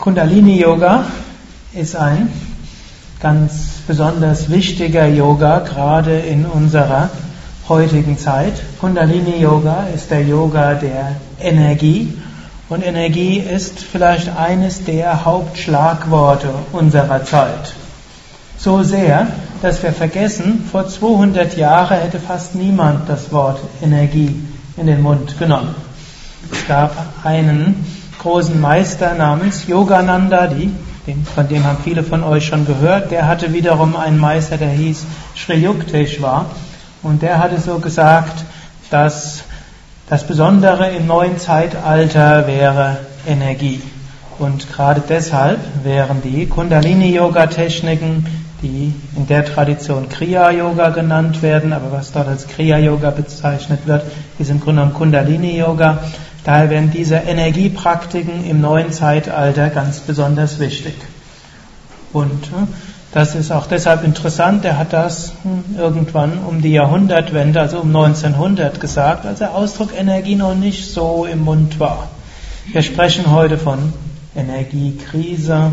Kundalini Yoga ist ein ganz besonders wichtiger Yoga, gerade in unserer heutigen Zeit. Kundalini Yoga ist der Yoga der Energie und Energie ist vielleicht eines der Hauptschlagworte unserer Zeit. So sehr, dass wir vergessen, vor 200 Jahren hätte fast niemand das Wort Energie in den Mund genommen. Es gab einen großen Meister namens Yogananda, von dem haben viele von euch schon gehört. Der hatte wiederum einen Meister, der hieß Sri Yukteswar. Und der hatte so gesagt, dass das Besondere im neuen Zeitalter wäre Energie. Und gerade deshalb wären die Kundalini-Yoga-Techniken, die in der Tradition Kriya-Yoga genannt werden, aber was dort als Kriya-Yoga bezeichnet wird, ist im Grunde genommen Kundalini-Yoga. Daher werden diese Energiepraktiken im neuen Zeitalter ganz besonders wichtig. Und das ist auch deshalb interessant, er hat das irgendwann um die Jahrhundertwende, also um 1900 gesagt, als der Ausdruck Energie noch nicht so im Mund war. Wir sprechen heute von Energiekrise,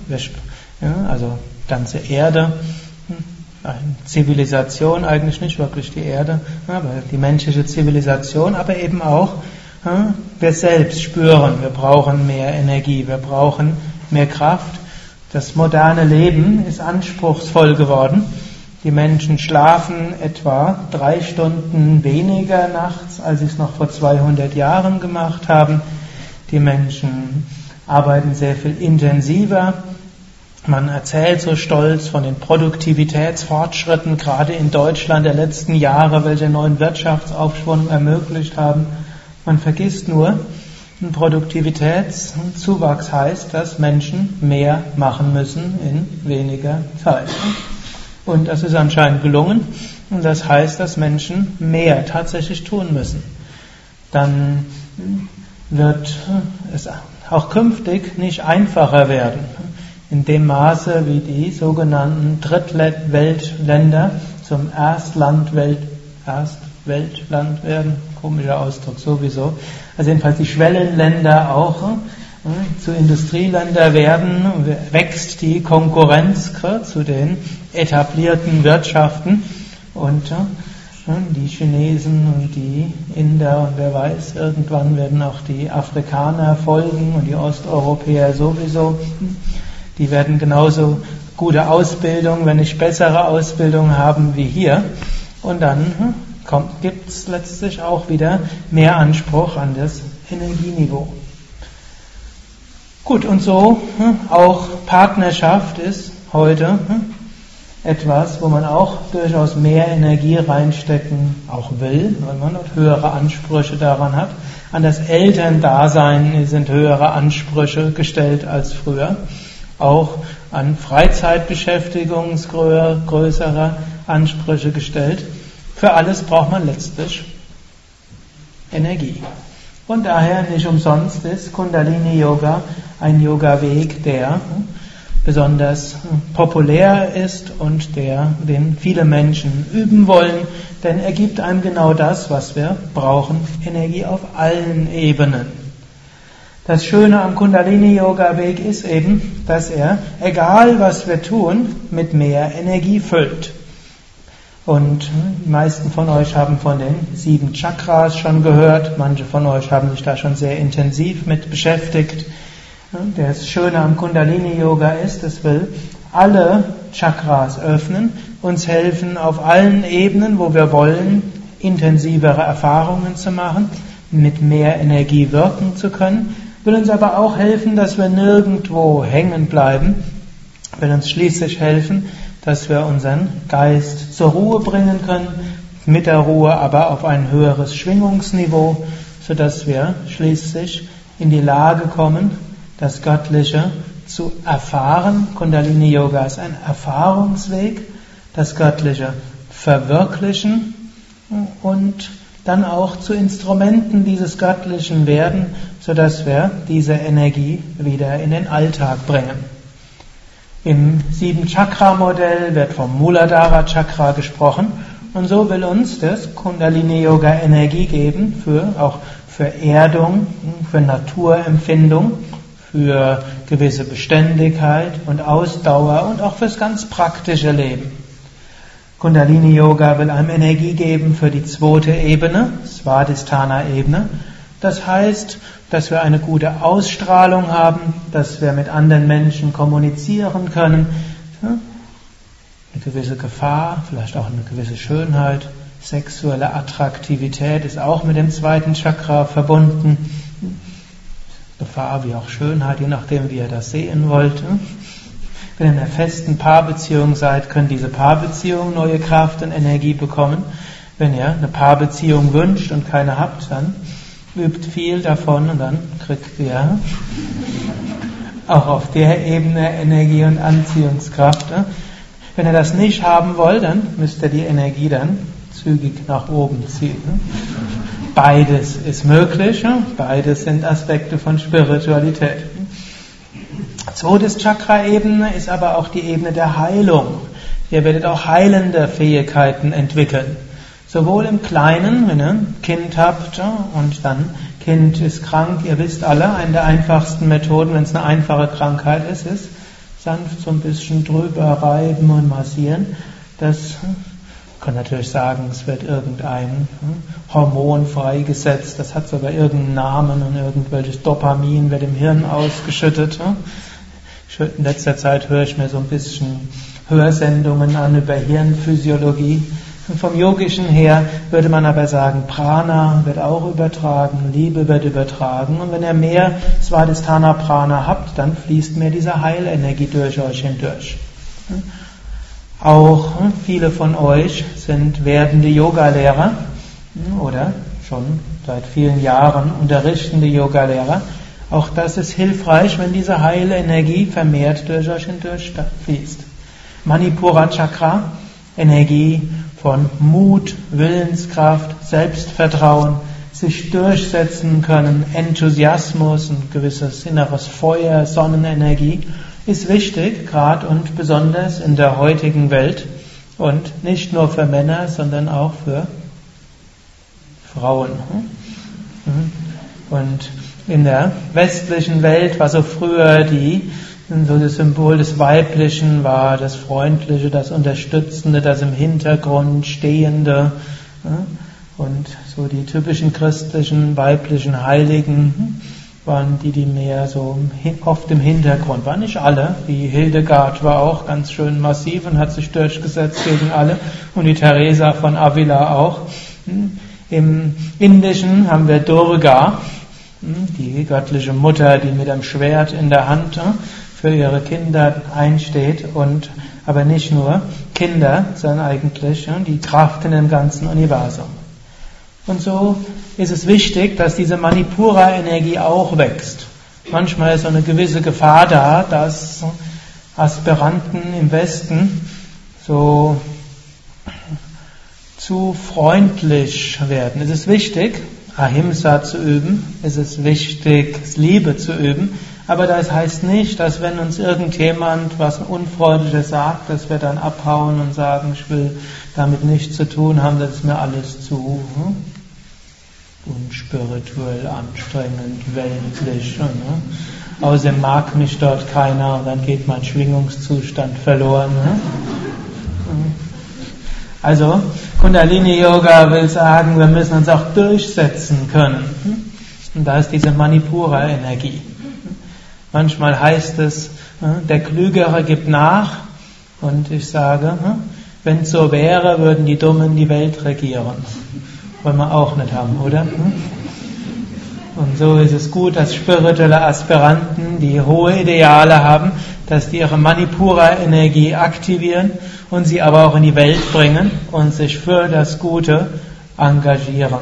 also ganze Erde, Zivilisation, eigentlich nicht wirklich die Erde, aber die menschliche Zivilisation, aber eben auch wir selbst spüren, wir brauchen mehr Energie, wir brauchen mehr Kraft. Das moderne Leben ist anspruchsvoll geworden. Die Menschen schlafen etwa 3 Stunden weniger nachts, als sie es noch vor 200 Jahren gemacht haben. Die Menschen arbeiten sehr viel intensiver. Man erzählt so stolz von den Produktivitätsfortschritten, gerade in Deutschland der letzten Jahre, welche neuen Wirtschaftsaufschwung ermöglicht haben. Man vergisst nur, ein Produktivitätszuwachs heißt, dass Menschen mehr machen müssen in weniger Zeit. Und das ist anscheinend gelungen. Und das heißt, dass Menschen mehr tatsächlich tun müssen. Dann wird es auch künftig nicht einfacher werden. In dem Maße, wie die sogenannten Drittweltländer zum Erstweltland werden, komischer Ausdruck sowieso, also jedenfalls die Schwellenländer auch zu Industrieländer werden, wächst die Konkurrenz zu den etablierten Wirtschaften und die Chinesen und die Inder und wer weiß, irgendwann werden auch die Afrikaner folgen und die Osteuropäer sowieso. Die werden genauso gute Ausbildung, wenn nicht bessere Ausbildung haben wie hier. Und dann gibt es letztlich auch wieder mehr Anspruch an das Energieniveau. Gut, und so auch Partnerschaft ist heute etwas, wo man auch durchaus mehr Energie reinstecken auch will, weil man dort höhere Ansprüche daran hat. An das Elterndasein sind höhere Ansprüche gestellt als früher. Auch an Freizeitbeschäftigung größere Ansprüche gestellt. Für alles braucht man letztlich Energie. Und daher nicht umsonst ist Kundalini Yoga ein Yoga-Weg, der besonders populär ist und den viele Menschen üben wollen, denn er gibt einem genau das, was wir brauchen, Energie auf allen Ebenen. Das Schöne am Kundalini-Yoga-Weg ist eben, dass er, egal was wir tun, mit mehr Energie füllt. Und die meisten von euch haben von den 7 Chakras schon gehört, manche von euch haben sich da schon sehr intensiv mit beschäftigt. Das Schöne am Kundalini-Yoga ist, es will alle Chakras öffnen, uns helfen, auf allen Ebenen, wo wir wollen, intensivere Erfahrungen zu machen, mit mehr Energie wirken zu können, will uns aber auch helfen, dass wir nirgendwo hängen bleiben, will uns schließlich helfen, dass wir unseren Geist zur Ruhe bringen können, mit der Ruhe aber auf ein höheres Schwingungsniveau, sodass wir schließlich in die Lage kommen, das Göttliche zu erfahren. Kundalini Yoga ist ein Erfahrungsweg, das Göttliche verwirklichen und dann auch zu Instrumenten dieses Göttlichen werden, sodass wir diese Energie wieder in den Alltag bringen. Im 7-Chakra-Modell wird vom Muladhara-Chakra gesprochen und so will uns das Kundalini-Yoga Energie geben, auch für Erdung, für Naturempfindung, für gewisse Beständigkeit und Ausdauer und auch fürs ganz praktische Leben. Kundalini Yoga will einem Energie geben für die zweite Ebene, Svadhisthana-Ebene. Das heißt, dass wir eine gute Ausstrahlung haben, dass wir mit anderen Menschen kommunizieren können, eine gewisse Gefahr, vielleicht auch eine gewisse Schönheit, sexuelle Attraktivität ist auch mit dem zweiten Chakra verbunden. Gefahr wie auch Schönheit, je nachdem, wie ihr das sehen wollt. Wenn ihr in einer festen Paarbeziehung seid, können diese Paarbeziehungen neue Kraft und Energie bekommen. Wenn ihr eine Paarbeziehung wünscht und keine habt, dann übt viel davon und dann kriegt ihr auch auf der Ebene Energie und Anziehungskraft. Wenn ihr das nicht haben wollt, dann müsst ihr die Energie dann zügig nach oben ziehen. Beides ist möglich, beides sind Aspekte von Spiritualität. Zweites Chakra-Ebene ist aber auch die Ebene der Heilung. Ihr werdet auch heilende Fähigkeiten entwickeln. Sowohl im Kleinen, wenn ihr ein Kind habt und dann Kind ist krank, ihr wisst alle, eine der einfachsten Methoden, wenn es eine einfache Krankheit ist, ist sanft so ein bisschen drüber reiben und massieren. Das kann natürlich sagen, es wird irgendein Hormon freigesetzt, das hat sogar irgendeinen Namen und irgendwelches Dopamin wird im Hirn ausgeschüttet. In letzter Zeit höre ich mir so ein bisschen Hörsendungen an über Hirnphysiologie. Und vom Yogischen her würde man aber sagen, Prana wird auch übertragen, Liebe wird übertragen. Und wenn ihr mehr Svadhisthana Prana habt, dann fließt mehr diese Heilenergie durch euch hindurch. Auch viele von euch sind werdende Yogalehrer oder schon seit vielen Jahren unterrichtende Yogalehrer. Auch das ist hilfreich, wenn diese Heilenergie vermehrt durch euch hindurch fließt. Manipura Chakra, Energie von Mut, Willenskraft, Selbstvertrauen, sich durchsetzen können, Enthusiasmus, ein gewisses inneres Feuer, Sonnenenergie, ist wichtig, gerade und besonders in der heutigen Welt und nicht nur für Männer, sondern auch für Frauen. Und in der westlichen Welt war so früher so das Symbol des Weiblichen war das Freundliche, das Unterstützende, das im Hintergrund Stehende. Und so die typischen christlichen weiblichen Heiligen waren die mehr so oft im Hintergrund waren. Nicht alle, wie Hildegard war auch ganz schön massiv und hat sich durchgesetzt gegen alle. Und die Teresa von Avila auch. Im Indischen haben wir Durga, die göttliche Mutter, die mit einem Schwert in der Hand für ihre Kinder einsteht und aber nicht nur Kinder, sondern eigentlich die Kraft in dem ganzen Universum. Und so ist es wichtig, dass diese Manipura-Energie auch wächst. Manchmal ist so eine gewisse Gefahr da, dass Aspiranten im Westen so zu freundlich werden. Es ist wichtig, Ahimsa zu üben, es ist wichtig, Liebe zu üben, aber das heißt nicht, dass wenn uns irgendjemand was Unfreundliches sagt, dass wir dann abhauen und sagen, ich will damit nichts zu tun haben, das ist mir alles zu unspirituell, anstrengend, weltlich. Außerdem mag mich dort keiner und dann geht mein Schwingungszustand verloren. Also, Kundalini Yoga will sagen, wir müssen uns auch durchsetzen können. Und da ist diese Manipura-Energie. Manchmal heißt es, der Klügere gibt nach. Und ich sage, wenn es so wäre, würden die Dummen die Welt regieren. Wollen wir auch nicht haben, oder? Und so ist es gut, dass spirituelle Aspiranten, die hohe Ideale haben, dass die ihre Manipura-Energie aktivieren und sie aber auch in die Welt bringen und sich für das Gute engagieren.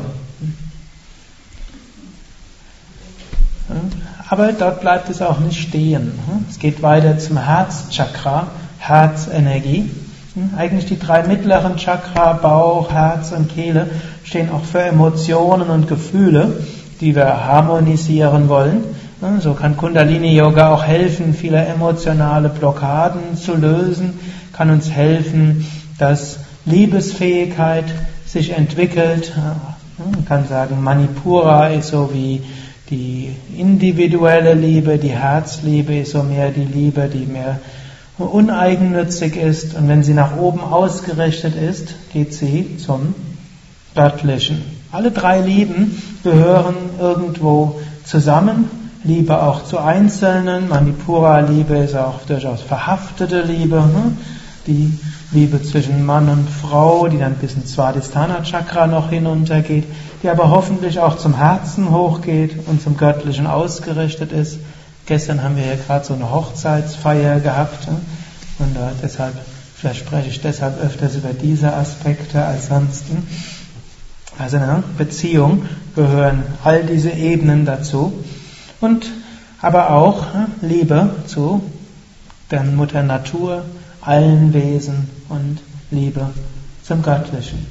Aber dort bleibt es auch nicht stehen. Es geht weiter zum Herzchakra, Herzenergie. Eigentlich die 3 mittleren Chakra, Bauch, Herz und Kehle, stehen auch für Emotionen und Gefühle, die wir harmonisieren wollen. So kann Kundalini Yoga auch helfen, viele emotionale Blockaden zu lösen, kann uns helfen, dass Liebesfähigkeit sich entwickelt. Man kann sagen, Manipura ist so wie Die individuelle Liebe, die Herzliebe ist so mehr die Liebe, die mehr uneigennützig ist. Und wenn sie nach oben ausgerichtet ist, geht sie zum Göttlichen. Alle drei Lieben gehören irgendwo zusammen. Liebe auch zu Einzelnen. Manipura-Liebe ist auch durchaus verhaftete Liebe. Die Liebe zwischen Mann und Frau, die dann bis ins Svadhisthana-Chakra noch hinuntergeht, die aber hoffentlich auch zum Herzen hochgeht und zum Göttlichen ausgerichtet ist. Gestern haben wir hier gerade so eine Hochzeitsfeier gehabt und deshalb, vielleicht spreche ich deshalb öfters über diese Aspekte als sonst. Also in einer Beziehung gehören all diese Ebenen dazu und aber auch Liebe zu der Mutter Natur, allen Wesen und Liebe zum Göttlichen.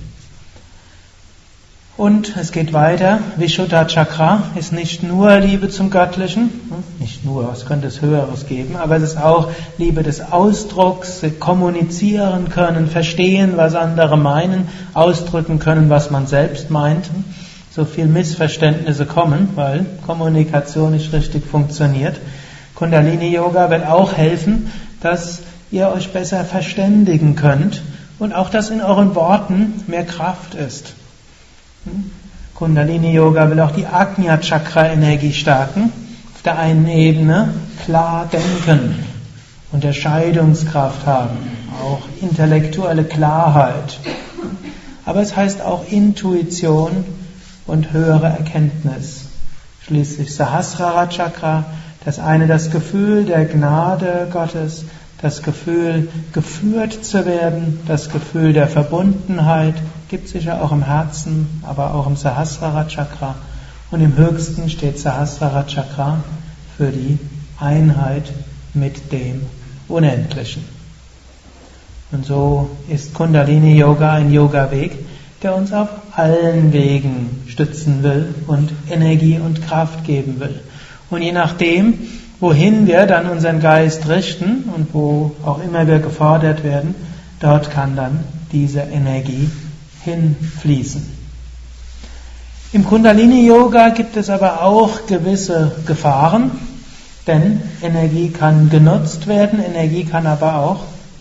Und es geht weiter. Vishuddha Chakra ist nicht nur Liebe zum Göttlichen, nicht nur, es könnte es Höheres geben, aber es ist auch Liebe des Ausdrucks, kommunizieren können, verstehen, was andere meinen, ausdrücken können, was man selbst meint. So viel Missverständnisse kommen, weil Kommunikation nicht richtig funktioniert. Kundalini Yoga wird auch helfen, dass ihr euch besser verständigen könnt und auch, dass in euren Worten mehr Kraft ist. Kundalini Yoga will auch die Ajna Chakra Energie stärken. Auf der einen Ebene klar denken, Unterscheidungskraft haben, auch intellektuelle Klarheit. Aber es heißt auch Intuition und höhere Erkenntnis. Schließlich Sahasrara Chakra, das eine das Gefühl der Gnade Gottes, das Gefühl, geführt zu werden, das Gefühl der Verbundenheit, gibt es sicher auch im Herzen, aber auch im Sahasrara Chakra. Und im höchsten steht Sahasrara Chakra für die Einheit mit dem Unendlichen. Und so ist Kundalini Yoga ein Yoga-Weg, der uns auf allen Wegen stützen will und Energie und Kraft geben will. Und je nachdem, wohin wir dann unseren Geist richten und wo auch immer wir gefordert werden, dort kann dann diese Energie hinfließen. Im Kundalini-Yoga gibt es aber auch gewisse Gefahren, denn Energie kann genutzt werden, Energie kann aber auch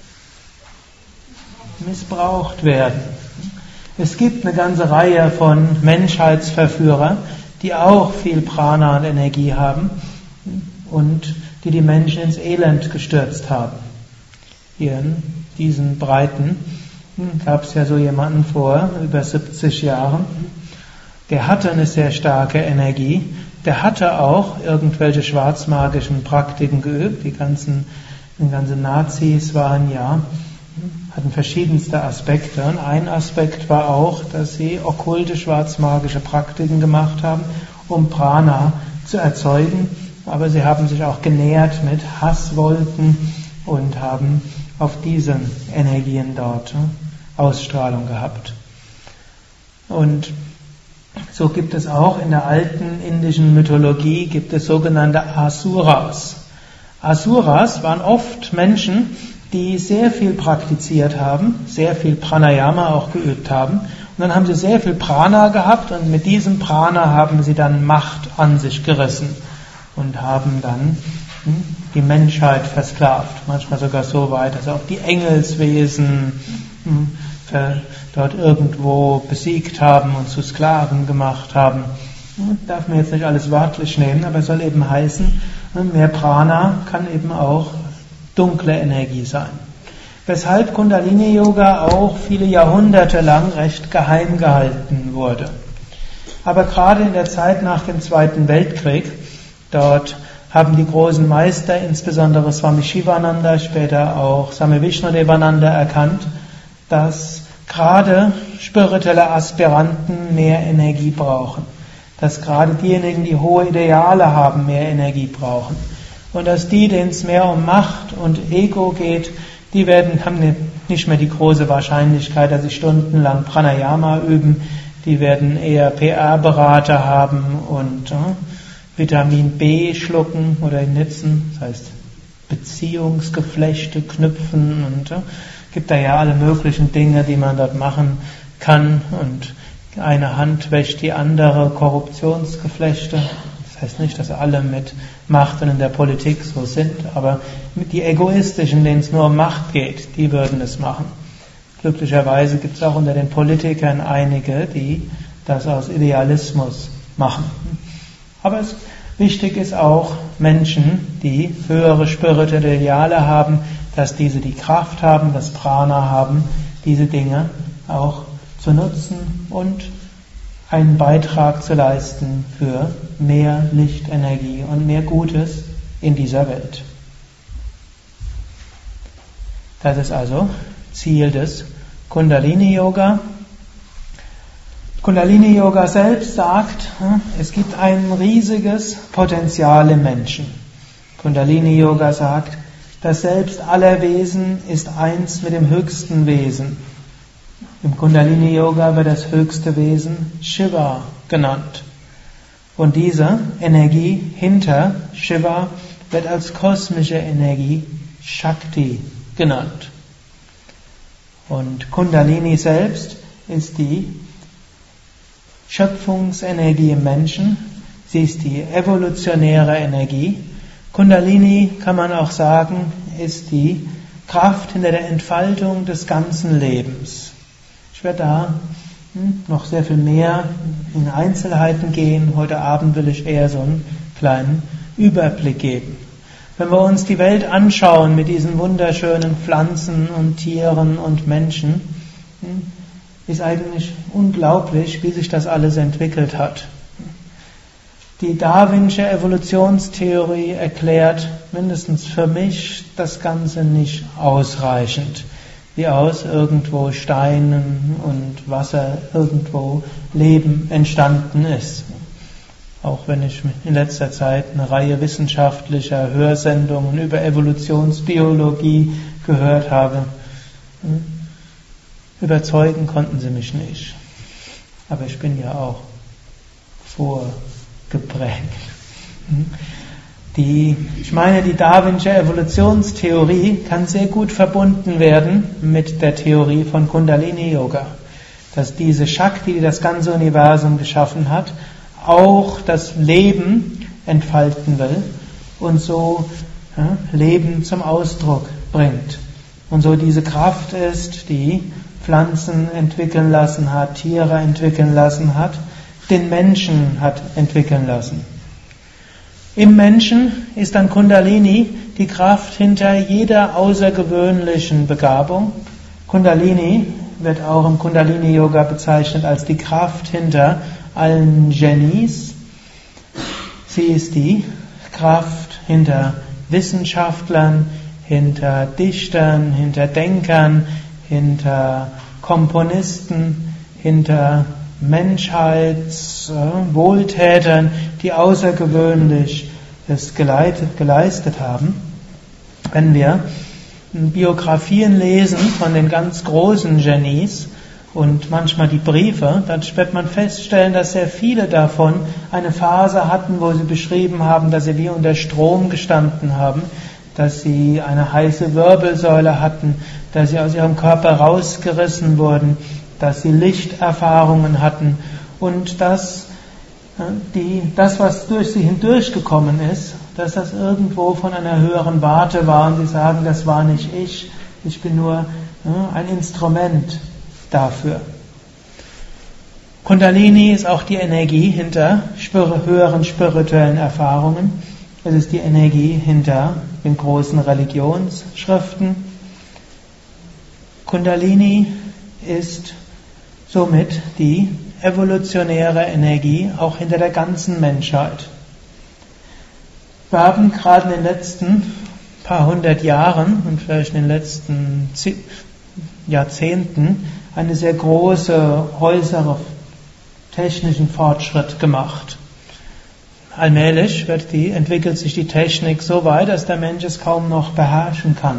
missbraucht werden. Es gibt eine ganze Reihe von Menschheitsverführern, die auch viel Prana und Energie haben und die Menschen ins Elend gestürzt haben. Hier in diesen Breiten gab es ja so jemanden vor über 70 Jahren, der hatte eine sehr starke Energie, der hatte auch irgendwelche schwarzmagischen Praktiken geübt, die ganzen Nazis waren hatten verschiedenste Aspekte und ein Aspekt war auch, dass sie okkulte schwarzmagische Praktiken gemacht haben, um Prana zu erzeugen, aber sie haben sich auch genährt mit Hasswolken und haben auf diese Energien dort Ausstrahlung gehabt. Und so gibt es auch in der alten indischen Mythologie gibt es sogenannte Asuras. Asuras waren oft Menschen, die sehr viel praktiziert haben, sehr viel Pranayama auch geübt haben. Und dann haben sie sehr viel Prana gehabt und mit diesem Prana haben sie dann Macht an sich gerissen und haben dann die Menschheit versklavt. Manchmal sogar so weit, dass auch die Engelswesen dort irgendwo besiegt haben und zu Sklaven gemacht haben. Darf man jetzt nicht alles wörtlich nehmen, aber es soll eben heißen, mehr Prana kann eben auch dunkle Energie sein. Weshalb Kundalini Yoga auch viele Jahrhunderte lang recht geheim gehalten wurde. Aber gerade in der Zeit nach dem Zweiten Weltkrieg, dort haben die großen Meister, insbesondere Swami Shivananda, später auch Swami Vishnudevananda erkannt, dass gerade spirituelle Aspiranten mehr Energie brauchen. Dass gerade diejenigen, die hohe Ideale haben, mehr Energie brauchen. Und dass die, denen es mehr um Macht und Ego geht, die haben nicht mehr die große Wahrscheinlichkeit, dass sie stundenlang Pranayama üben. Die werden eher PR-Berater haben und Vitamin B schlucken oder nitzen, das heißt Beziehungsgeflechte knüpfen und gibt da ja alle möglichen Dinge, die man dort machen kann und eine Hand wäscht die andere, Korruptionsgeflechte, Das heißt nicht, dass alle mit Macht und in der Politik so sind, aber die Egoistischen, denen es nur um Macht geht, die würden es machen. Glücklicherweise gibt es auch unter den Politikern einige, die das aus Idealismus machen. Aber wichtig ist auch Menschen, die höhere spirituelle Ideale haben, dass diese die Kraft haben, das Prana haben, diese Dinge auch zu nutzen und einen Beitrag zu leisten für mehr Lichtenergie und mehr Gutes in dieser Welt. Das ist also Ziel des Kundalini-Yoga. Kundalini-Yoga selbst sagt, es gibt ein riesiges Potenzial im Menschen. Kundalini-Yoga sagt, das Selbst aller Wesen ist eins mit dem höchsten Wesen. Im Kundalini-Yoga wird das höchste Wesen Shiva genannt. Und diese Energie hinter Shiva wird als kosmische Energie Shakti genannt. Und Kundalini selbst ist die Schöpfungsenergie im Menschen. Sie ist die evolutionäre Energie. Kundalini, kann man auch sagen, ist die Kraft hinter der Entfaltung des ganzen Lebens. Ich werde da noch sehr viel mehr in Einzelheiten gehen. Heute Abend will ich eher so einen kleinen Überblick geben. Wenn wir uns die Welt anschauen mit diesen wunderschönen Pflanzen und Tieren und Menschen, ist eigentlich unglaublich, wie sich das alles entwickelt hat. Die Darwinsche Evolutionstheorie erklärt, mindestens für mich, das Ganze nicht ausreichend. Wie aus irgendwo Steinen und Wasser irgendwo Leben entstanden ist. Auch wenn ich in letzter Zeit eine Reihe wissenschaftlicher Hörsendungen über Evolutionsbiologie gehört habe, überzeugen konnten sie mich nicht. Aber ich bin ja auch vorgeprägt. Die Darwinsche Evolutionstheorie kann sehr gut verbunden werden mit der Theorie von Kundalini Yoga. Dass diese Shakti, die das ganze Universum geschaffen hat, auch das Leben entfalten will und so Leben zum Ausdruck bringt. Und so diese Kraft ist, die Pflanzen entwickeln lassen hat, Tiere entwickeln lassen hat, den Menschen hat entwickeln lassen. Im Menschen ist dann Kundalini die Kraft hinter jeder außergewöhnlichen Begabung. Kundalini wird auch im Kundalini-Yoga bezeichnet als die Kraft hinter allen Genies. Sie ist die Kraft hinter Wissenschaftlern, hinter Dichtern, hinter Denkern, hinter Komponisten, hinter Menschheitswohltätern, die außergewöhnlich es geleistet haben. Wenn wir Biografien lesen von den ganz großen Genies und manchmal die Briefe, dann wird man feststellen, dass sehr viele davon eine Phase hatten, wo sie beschrieben haben, dass sie wie unter Strom gestanden haben, dass sie eine heiße Wirbelsäule hatten, dass sie aus ihrem Körper rausgerissen wurden, dass sie Lichterfahrungen hatten und dass was durch sie hindurchgekommen ist, dass das irgendwo von einer höheren Warte war und sie sagen, das war nicht ich bin nur ein Instrument dafür. Kundalini ist auch die Energie hinter höheren spirituellen Erfahrungen. Es ist die Energie hinter den großen Religionsschriften. Kundalini ist somit die evolutionäre Energie auch hinter der ganzen Menschheit. Wir haben gerade in den letzten paar hundert Jahren und vielleicht in den letzten Jahrzehnten eine sehr große äußere technischen Fortschritt gemacht. Allmählich entwickelt sich die Technik so weit, dass der Mensch es kaum noch beherrschen kann.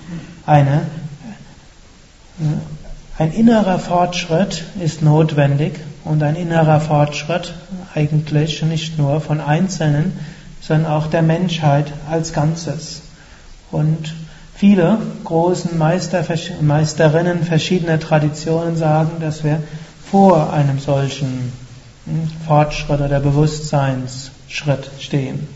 Ein innerer Fortschritt ist notwendig und ein innerer Fortschritt eigentlich nicht nur von Einzelnen, sondern auch der Menschheit als Ganzes. Und viele großen Meister, Meisterinnen verschiedener Traditionen sagen, dass wir vor einem solchen Fortschritt oder Bewusstseinsschub Schritt stehen.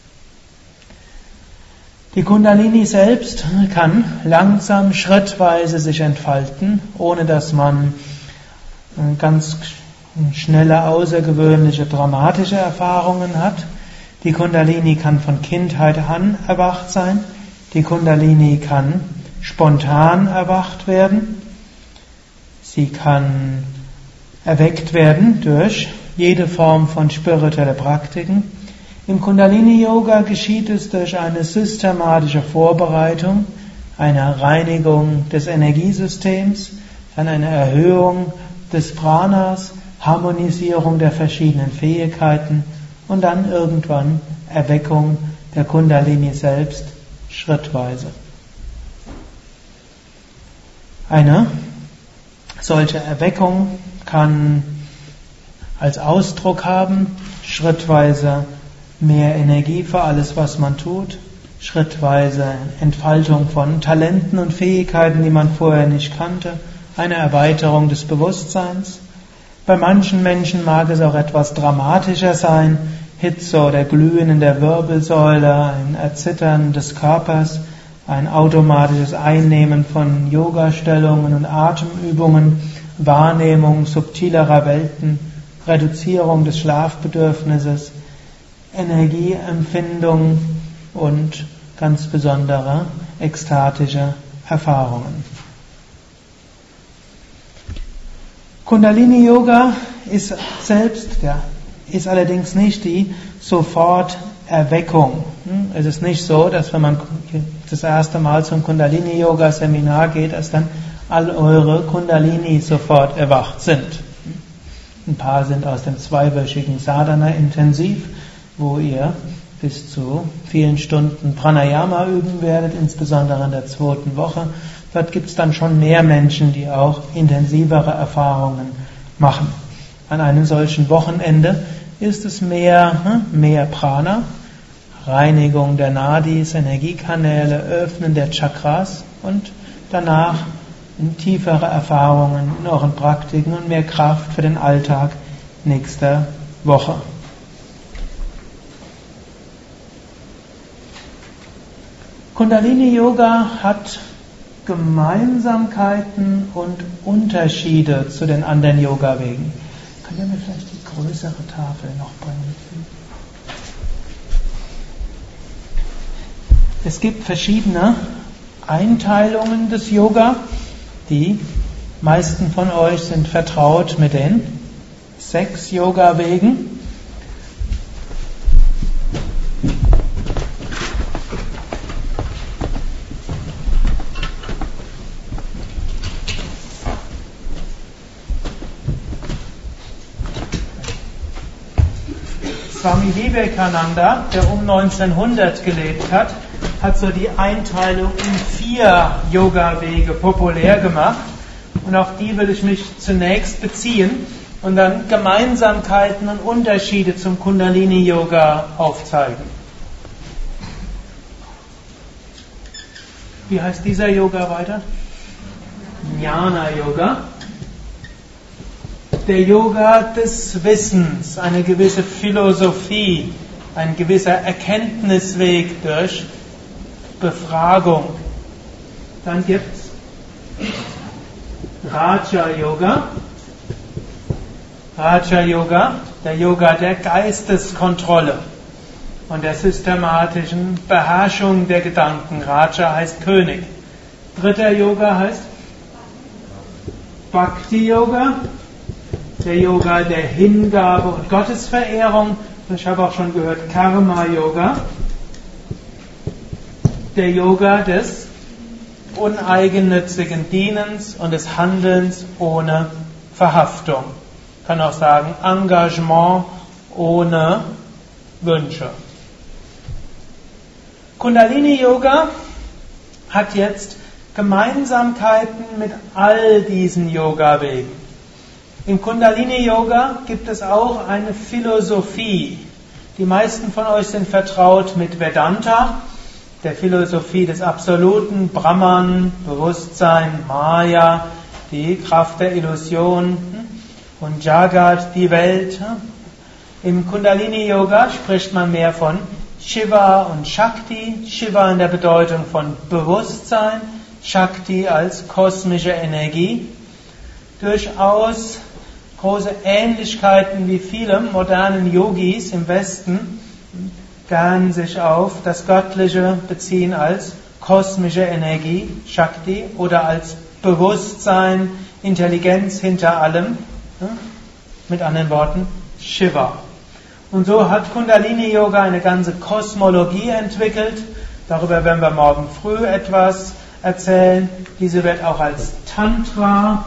Die Kundalini selbst kann langsam, schrittweise sich entfalten, ohne dass man ganz schnelle, außergewöhnliche, dramatische Erfahrungen hat. Die Kundalini kann von Kindheit an erwacht sein. Die Kundalini kann spontan erwacht werden. Sie kann erweckt werden durch jede Form von spiritueller Praktiken. Im Kundalini-Yoga geschieht es durch eine systematische Vorbereitung, eine Reinigung des Energiesystems, dann eine Erhöhung des Pranas, Harmonisierung der verschiedenen Fähigkeiten und dann irgendwann Erweckung der Kundalini selbst schrittweise. Eine solche Erweckung kann als Ausdruck haben, schrittweise mehr Energie für alles, was man tut, schrittweise Entfaltung von Talenten und Fähigkeiten, die man vorher nicht kannte, eine Erweiterung des Bewusstseins. Bei manchen Menschen mag es auch etwas dramatischer sein, Hitze oder Glühen in der Wirbelsäule, ein Erzittern des Körpers, ein automatisches Einnehmen von Yoga-Stellungen und Atemübungen, Wahrnehmung subtilerer Welten, Reduzierung des Schlafbedürfnisses, Energieempfindung und ganz besondere ekstatische Erfahrungen. Kundalini Yoga ist allerdings nicht die Soforterweckung. Es ist nicht so, dass wenn man das erste Mal zum Kundalini Yoga Seminar geht, dass dann all eure Kundalini sofort erwacht sind. Ein paar sind aus dem zweiwöchigen Sadhana intensiv, wo ihr bis zu vielen Stunden Pranayama üben werdet, insbesondere in der 2. Woche. Dort gibt es dann schon mehr Menschen, die auch intensivere Erfahrungen machen. An einem solchen Wochenende ist es mehr Prana, Reinigung der Nadis, Energiekanäle, Öffnen der Chakras und danach tiefere Erfahrungen in euren Praktiken und mehr Kraft für den Alltag nächster Woche. Kundalini Yoga hat Gemeinsamkeiten und Unterschiede zu den anderen Yoga-Wegen. Könnt ihr mir vielleicht die größere Tafel noch bringen? Es gibt verschiedene Einteilungen des Yoga. Die meisten von euch sind vertraut mit den 6 Yoga-Wegen. Swami Vivekananda, der um 1900 gelebt hat, hat so die Einteilung in 4 Yoga-Wege populär gemacht. Und auf die will ich mich zunächst beziehen und dann Gemeinsamkeiten und Unterschiede zum Kundalini-Yoga aufzeigen. Wie heißt dieser Yoga weiter? Jnana-Yoga. Der Yoga des Wissens, eine gewisse Philosophie, ein gewisser Erkenntnisweg durch Befragung. Dann gibt es Raja Yoga. Raja Yoga, der Yoga der Geisteskontrolle und der systematischen Beherrschung der Gedanken. Raja heißt König. 3. Yoga heißt Bhakti Yoga, der Yoga der Hingabe und Gottesverehrung. Ich habe auch schon gehört Karma Yoga, der Yoga des uneigennützigen Dienens und des Handelns ohne Verhaftung. Ich kann auch sagen Engagement ohne Wünsche. Kundalini Yoga hat jetzt Gemeinsamkeiten mit all diesen Yoga-Wegen. Im Kundalini Yoga gibt es auch eine Philosophie. Die meisten von euch sind vertraut mit Vedanta, der Philosophie des Absoluten, Brahman, Bewusstsein, Maya, die Kraft der Illusion und Jagat, die Welt. Im Kundalini-Yoga spricht man mehr von Shiva und Shakti. Shiva in der Bedeutung von Bewusstsein, Shakti als kosmische Energie. Durchaus große Ähnlichkeiten, wie viele modernen Yogis im Westen gern sich auf das Göttliche beziehen als kosmische Energie, Shakti, oder als Bewusstsein, Intelligenz hinter allem, mit anderen Worten Shiva. Und so hat Kundalini Yoga eine ganze Kosmologie entwickelt. Darüber werden wir morgen früh etwas erzählen. Diese wird auch als Tantra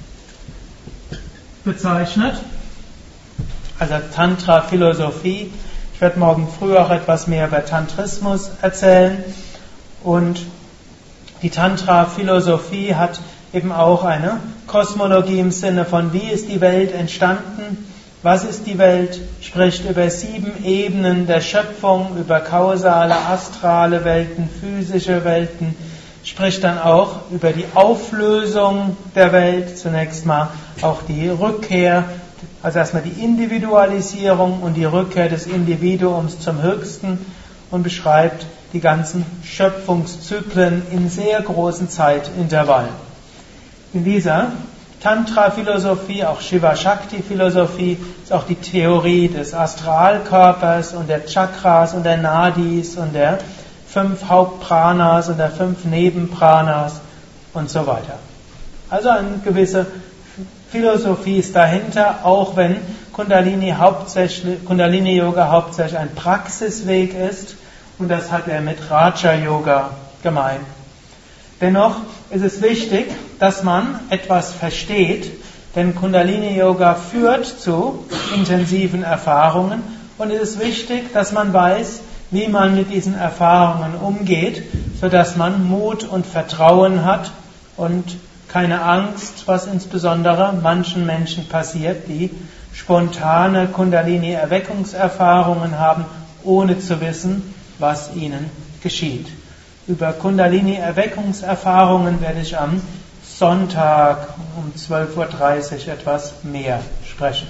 bezeichnet, also Tantra-Philosophie. Ich werde morgen früh auch etwas mehr über Tantrismus erzählen. Und die Tantra-Philosophie hat eben auch eine Kosmologie im Sinne von, wie ist die Welt entstanden, was ist die Welt, spricht über 7 Ebenen der Schöpfung, über kausale, astrale Welten, physische Welten, spricht dann auch über die Auflösung der Welt, zunächst mal auch die Rückkehr, also erstmal die Individualisierung und die Rückkehr des Individuums zum Höchsten und beschreibt die ganzen Schöpfungszyklen in sehr großen Zeitintervallen. In dieser Tantra-Philosophie, auch Shiva-Shakti-Philosophie, ist auch die Theorie des Astralkörpers und der Chakras und der Nadis und der 5 Hauptpranas und der 5 Nebenpranas und so weiter. Also eine gewisse Philosophie ist dahinter, auch wenn Kundalini-Yoga hauptsächlich ein Praxisweg ist, und das hat er mit Raja-Yoga gemeint. Dennoch ist es wichtig, dass man etwas versteht, denn Kundalini-Yoga führt zu intensiven Erfahrungen, und es ist wichtig, dass man weiß, wie man mit diesen Erfahrungen umgeht, sodass man Mut und Vertrauen hat und keine Angst, was insbesondere manchen Menschen passiert, die spontane Kundalini-Erweckungserfahrungen haben, ohne zu wissen, was ihnen geschieht. Über Kundalini-Erweckungserfahrungen werde ich am Sonntag um 12:30 Uhr etwas mehr sprechen.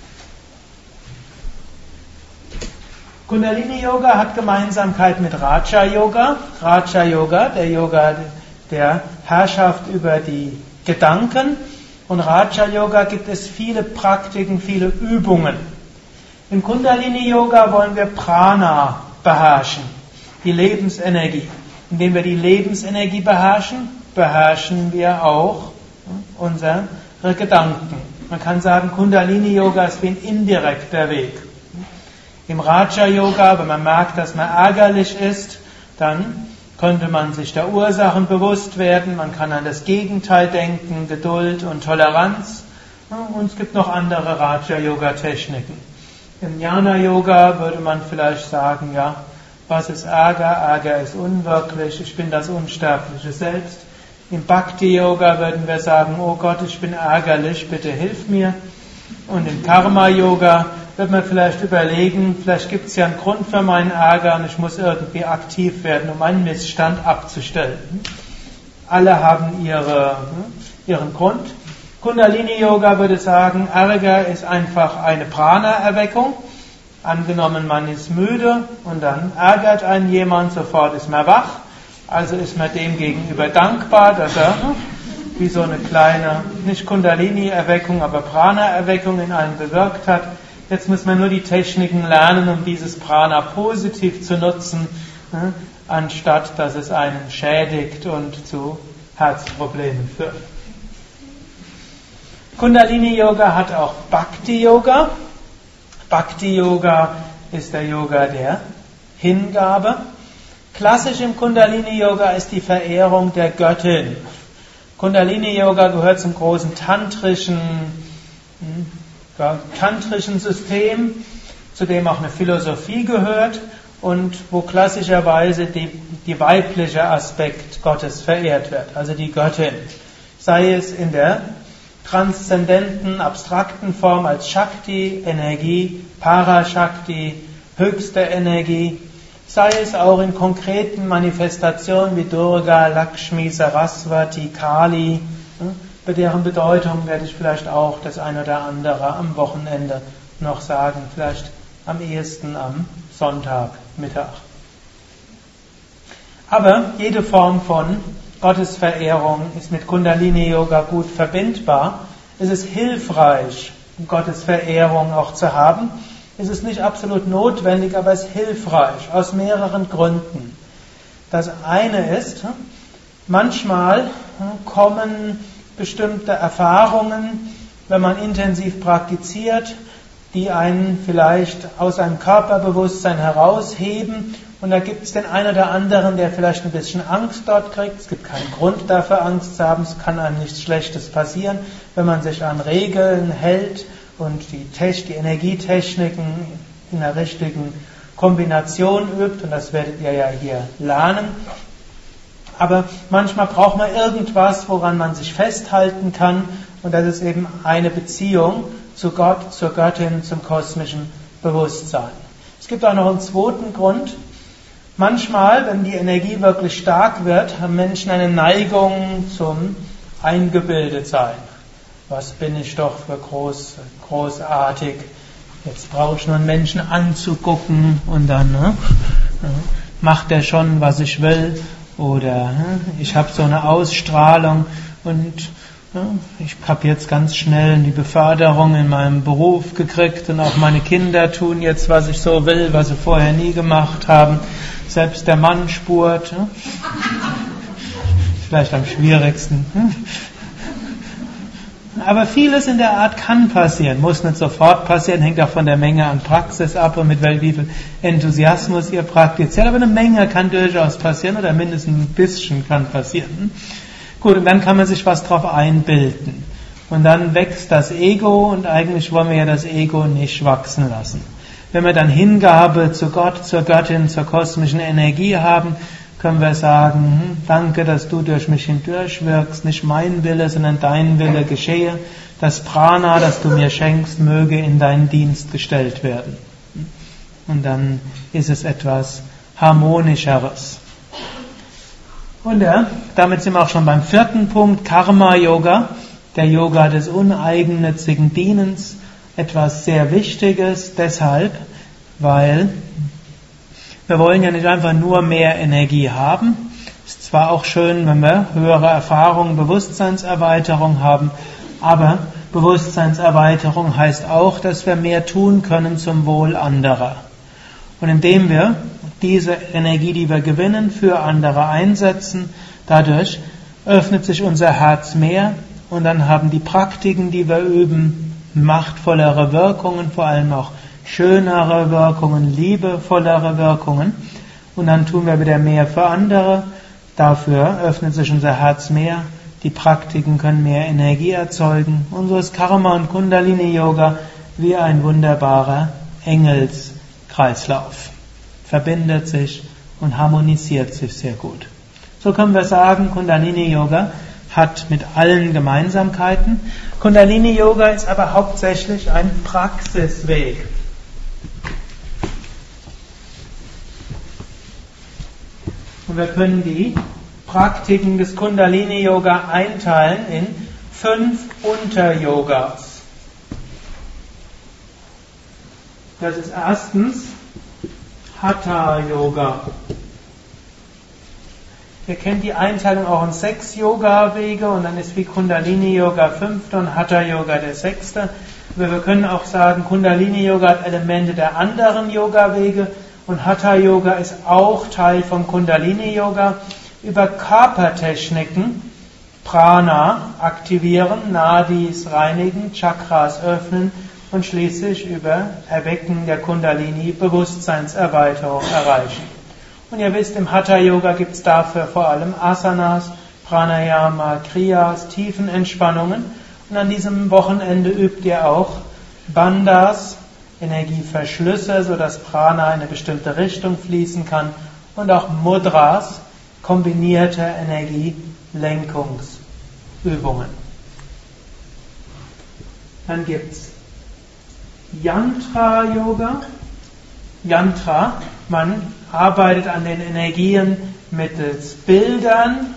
Kundalini-Yoga hat Gemeinsamkeit mit Raja-Yoga. Raja-Yoga, der Yoga der Herrschaft über die Gedanken. Und Raja-Yoga gibt es viele Praktiken, viele Übungen. Im Kundalini-Yoga wollen wir Prana beherrschen, die Lebensenergie. Indem wir die Lebensenergie beherrschen, beherrschen wir auch unsere Gedanken. Man kann sagen, Kundalini-Yoga ist wie ein indirekter Weg. Im Raja-Yoga, wenn man merkt, dass man ärgerlich ist, dann könnte man sich der Ursachen bewusst werden, man kann an das Gegenteil denken, Geduld und Toleranz. Und es gibt noch andere Raja-Yoga-Techniken. Im Jnana-Yoga würde man vielleicht sagen, ja, was ist Ärger? Ärger ist unwirklich, ich bin das unsterbliche Selbst. Im Bhakti-Yoga würden wir sagen, oh Gott, ich bin ärgerlich, bitte hilf mir. Und im Karma-Yoga wird man vielleicht überlegen, vielleicht gibt es ja einen Grund für meinen Ärger und ich muss irgendwie aktiv werden, um einen Missstand abzustellen. Alle haben ihren Grund. Kundalini-Yoga würde sagen, Ärger ist einfach eine Prana-Erweckung. Angenommen, man ist müde und dann ärgert einen jemand, sofort ist man wach. Also ist man dem gegenüber dankbar, dass er wie so eine kleine, nicht Kundalini-Erweckung, aber Prana-Erweckung in einem bewirkt hat. Jetzt muss man nur die Techniken lernen, um dieses Prana positiv zu nutzen, anstatt dass es einen schädigt und zu Herzproblemen führt. Kundalini-Yoga hat auch Bhakti-Yoga. Bhakti-Yoga ist der Yoga der Hingabe. Klassisch im Kundalini-Yoga ist die Verehrung der Göttin. Kundalini-Yoga gehört zum großen tantrischen System, zu dem auch eine Philosophie gehört und wo klassischerweise die weibliche Aspekt Gottes verehrt wird, also die Göttin. Sei es in der transzendenten, abstrakten Form als Shakti, Energie, Parashakti, höchste Energie, sei es auch in konkreten Manifestationen wie Durga, Lakshmi, Saraswati, Kali, bei deren Bedeutung werde ich vielleicht auch das eine oder andere am Wochenende noch sagen, vielleicht am ehesten am Sonntagmittag. Aber jede Form von Gottesverehrung ist mit Kundalini Yoga gut verbindbar. Es ist hilfreich, Gottesverehrung auch zu haben. Es ist nicht absolut notwendig, aber es ist hilfreich aus mehreren Gründen. Das eine ist, manchmal kommen bestimmte Erfahrungen, wenn man intensiv praktiziert, die einen vielleicht aus einem Körperbewusstsein herausheben. Und da gibt es den einen oder anderen, der vielleicht ein bisschen Angst dort kriegt. Es gibt keinen Grund dafür, Angst zu haben. Es kann einem nichts Schlechtes passieren, wenn man sich an Regeln hält und die Energietechniken in der richtigen Kombination übt. Und das werdet ihr ja hier lernen. Aber manchmal braucht man irgendwas, woran man sich festhalten kann. Und das ist eben eine Beziehung zu Gott, zur Göttin, zum kosmischen Bewusstsein. Es gibt auch noch einen zweiten Grund. Manchmal, wenn die Energie wirklich stark wird, haben Menschen eine Neigung zum Eingebildetsein. Was bin ich doch für großartig. Jetzt brauche ich nur einen Menschen anzugucken und dann macht er schon, was ich will. Oder ich habe so eine Ausstrahlung und ich habe jetzt ganz schnell die Beförderung in meinem Beruf gekriegt und auch meine Kinder tun jetzt, was ich so will, was sie vorher nie gemacht haben. Selbst der Mann spurt. Vielleicht am schwierigsten. Aber vieles in der Art kann passieren, muss nicht sofort passieren, hängt auch von der Menge an Praxis ab und mit wie viel Enthusiasmus ihr praktiziert. Aber eine Menge kann durchaus passieren oder mindestens ein bisschen kann passieren. Gut, und dann kann man sich was drauf einbilden. Und dann wächst das Ego und eigentlich wollen wir ja das Ego nicht wachsen lassen. Wenn wir dann Hingabe zu Gott, zur Göttin, zur kosmischen Energie haben, können wir sagen, danke, dass du durch mich hindurch wirkst, nicht mein Wille, sondern dein Wille geschehe. Das Prana, das du mir schenkst, möge in deinen Dienst gestellt werden. Und dann ist es etwas Harmonischeres. Und damit sind wir auch schon beim vierten Punkt, Karma-Yoga, der Yoga des uneigennützigen Dienens. Etwas sehr Wichtiges, deshalb, weil wir wollen ja nicht einfach nur mehr Energie haben. Ist zwar auch schön, wenn wir höhere Erfahrungen, Bewusstseinserweiterung haben, aber Bewusstseinserweiterung heißt auch, dass wir mehr tun können zum Wohl anderer. Und indem wir diese Energie, die wir gewinnen, für andere einsetzen, dadurch öffnet sich unser Herz mehr und dann haben die Praktiken, die wir üben, machtvollere Wirkungen, vor allem auch schönere Wirkungen, liebevollere Wirkungen. Und dann tun wir wieder mehr für andere. Dafür öffnet sich unser Herz mehr. Die Praktiken können mehr Energie erzeugen. Und so ist Karma und Kundalini Yoga wie ein wunderbarer Engelskreislauf. Verbindet sich und harmonisiert sich sehr gut. So können wir sagen, Kundalini Yoga hat mit allen Gemeinsamkeiten. Kundalini Yoga ist aber hauptsächlich ein Praxisweg. Und wir können die Praktiken des Kundalini Yoga einteilen in 5 Unteryogas. Das ist erstens Hatha Yoga. Ihr kennt die Einteilung auch in 6 Yoga-Wege und dann ist wie Kundalini Yoga 5. und Hatha Yoga der 6. Aber wir können auch sagen, Kundalini Yoga hat Elemente der anderen Yoga-Wege und Hatha Yoga ist auch Teil vom Kundalini Yoga. Über Körpertechniken, Prana aktivieren, Nadis reinigen, Chakras öffnen und schließlich über Erwecken der Kundalini Bewusstseinserweiterung erreichen. Und ihr wisst, im Hatha Yoga gibt es dafür vor allem Asanas, Pranayama, Kriyas, Tiefenentspannungen. Und an diesem Wochenende übt ihr auch Bandhas, Energieverschlüsse, sodass Prana in eine bestimmte Richtung fließen kann. Und auch Mudras, kombinierte Energielenkungsübungen. Dann gibt es Yantra Yoga. Yantra, man arbeitet an den Energien mittels Bildern,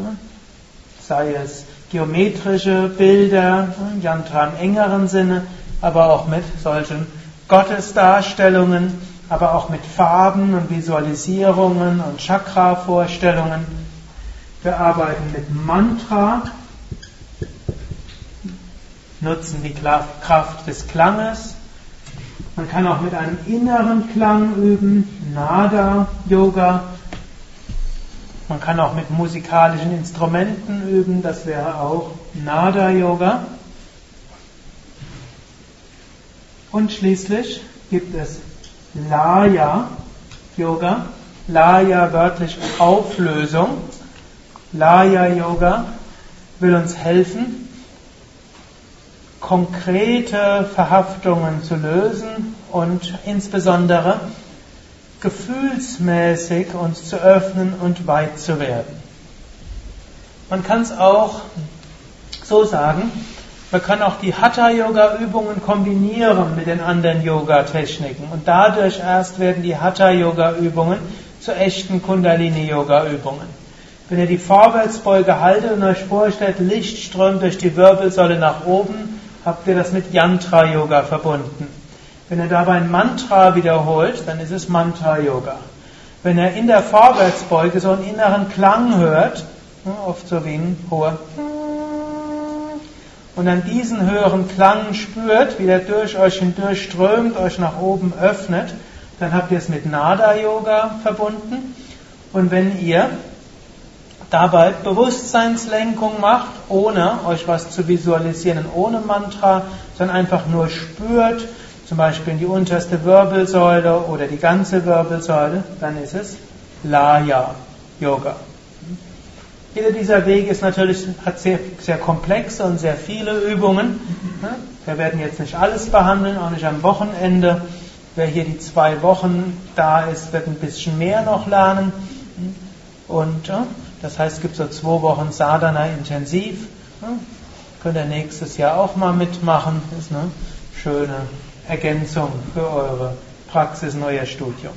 sei es geometrische Bilder, Yantra im engeren Sinne, aber auch mit solchen Gottesdarstellungen, aber auch mit Farben und Visualisierungen und Chakra-Vorstellungen. Wir arbeiten mit Mantra, nutzen die Kraft des Klanges. Man kann auch mit einem inneren Klang üben, Nada-Yoga. Man kann auch mit musikalischen Instrumenten üben, das wäre auch Nada-Yoga. Und schließlich gibt es Laya-Yoga. Laya wörtlich Auflösung. Laya-Yoga will uns helfen, konkrete Verhaftungen zu lösen und insbesondere gefühlsmäßig uns zu öffnen und weit zu werden. Man kann es auch so sagen, man kann auch die Hatha-Yoga-Übungen kombinieren mit den anderen Yoga-Techniken und dadurch erst werden die Hatha-Yoga-Übungen zu echten Kundalini-Yoga-Übungen. Wenn ihr die Vorwärtsbeuge haltet und euch vorstellt, Licht strömt durch die Wirbelsäule nach oben, habt ihr das mit Yantra-Yoga verbunden. Wenn ihr dabei ein Mantra wiederholt, dann ist es Mantra-Yoga. Wenn ihr in der Vorwärtsbeuge so einen inneren Klang hört, oft so wie ein hoher, und dann diesen höheren Klang spürt, wie der durch euch hindurch strömt, euch nach oben öffnet, dann habt ihr es mit Nada-Yoga verbunden. Und wenn ihr dabei Bewusstseinslenkung macht, ohne euch was zu visualisieren und ohne Mantra, sondern einfach nur spürt, zum Beispiel in die unterste Wirbelsäule oder die ganze Wirbelsäule, dann ist es Laya-Yoga. Jeder dieser Wege ist natürlich, hat sehr, sehr komplexe und sehr viele Übungen. Wir werden jetzt nicht alles behandeln, auch nicht am Wochenende. Wer hier die 2 Wochen da ist, wird ein bisschen mehr noch lernen. Und das heißt, es gibt so 2 Wochen Sadhana intensiv. Könnt ihr nächstes Jahr auch mal mitmachen. Das ist eine schöne Ergänzung für eure Praxis und euer Studium.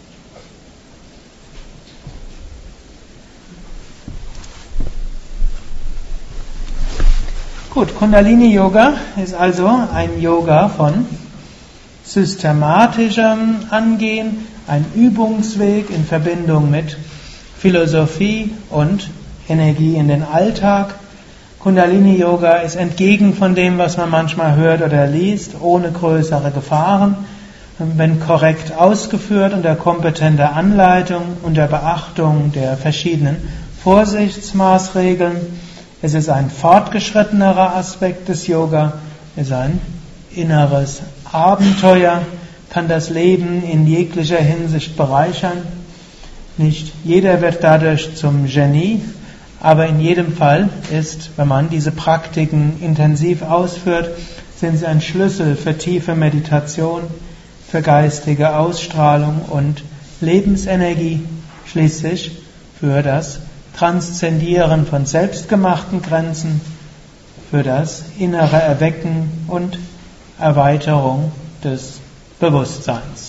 Gut, Kundalini-Yoga ist also ein Yoga von systematischem Angehen, ein Übungsweg in Verbindung mit Philosophie und Energie in den Alltag. Kundalini-Yoga ist entgegen von dem, was man manchmal hört oder liest, ohne größere Gefahren, wenn korrekt ausgeführt unter kompetenter Anleitung, unter Beachtung der verschiedenen Vorsichtsmaßregeln. Es ist ein fortgeschrittenerer Aspekt des Yoga, es ist ein inneres Abenteuer, kann das Leben in jeglicher Hinsicht bereichern. Nicht jeder wird dadurch zum Genie, aber in jedem Fall ist, wenn man diese Praktiken intensiv ausführt, sind sie ein Schlüssel für tiefe Meditation, für geistige Ausstrahlung und Lebensenergie, schließlich für das Transzendieren von selbstgemachten Grenzen, für das innere Erwecken und Erweiterung des Bewusstseins.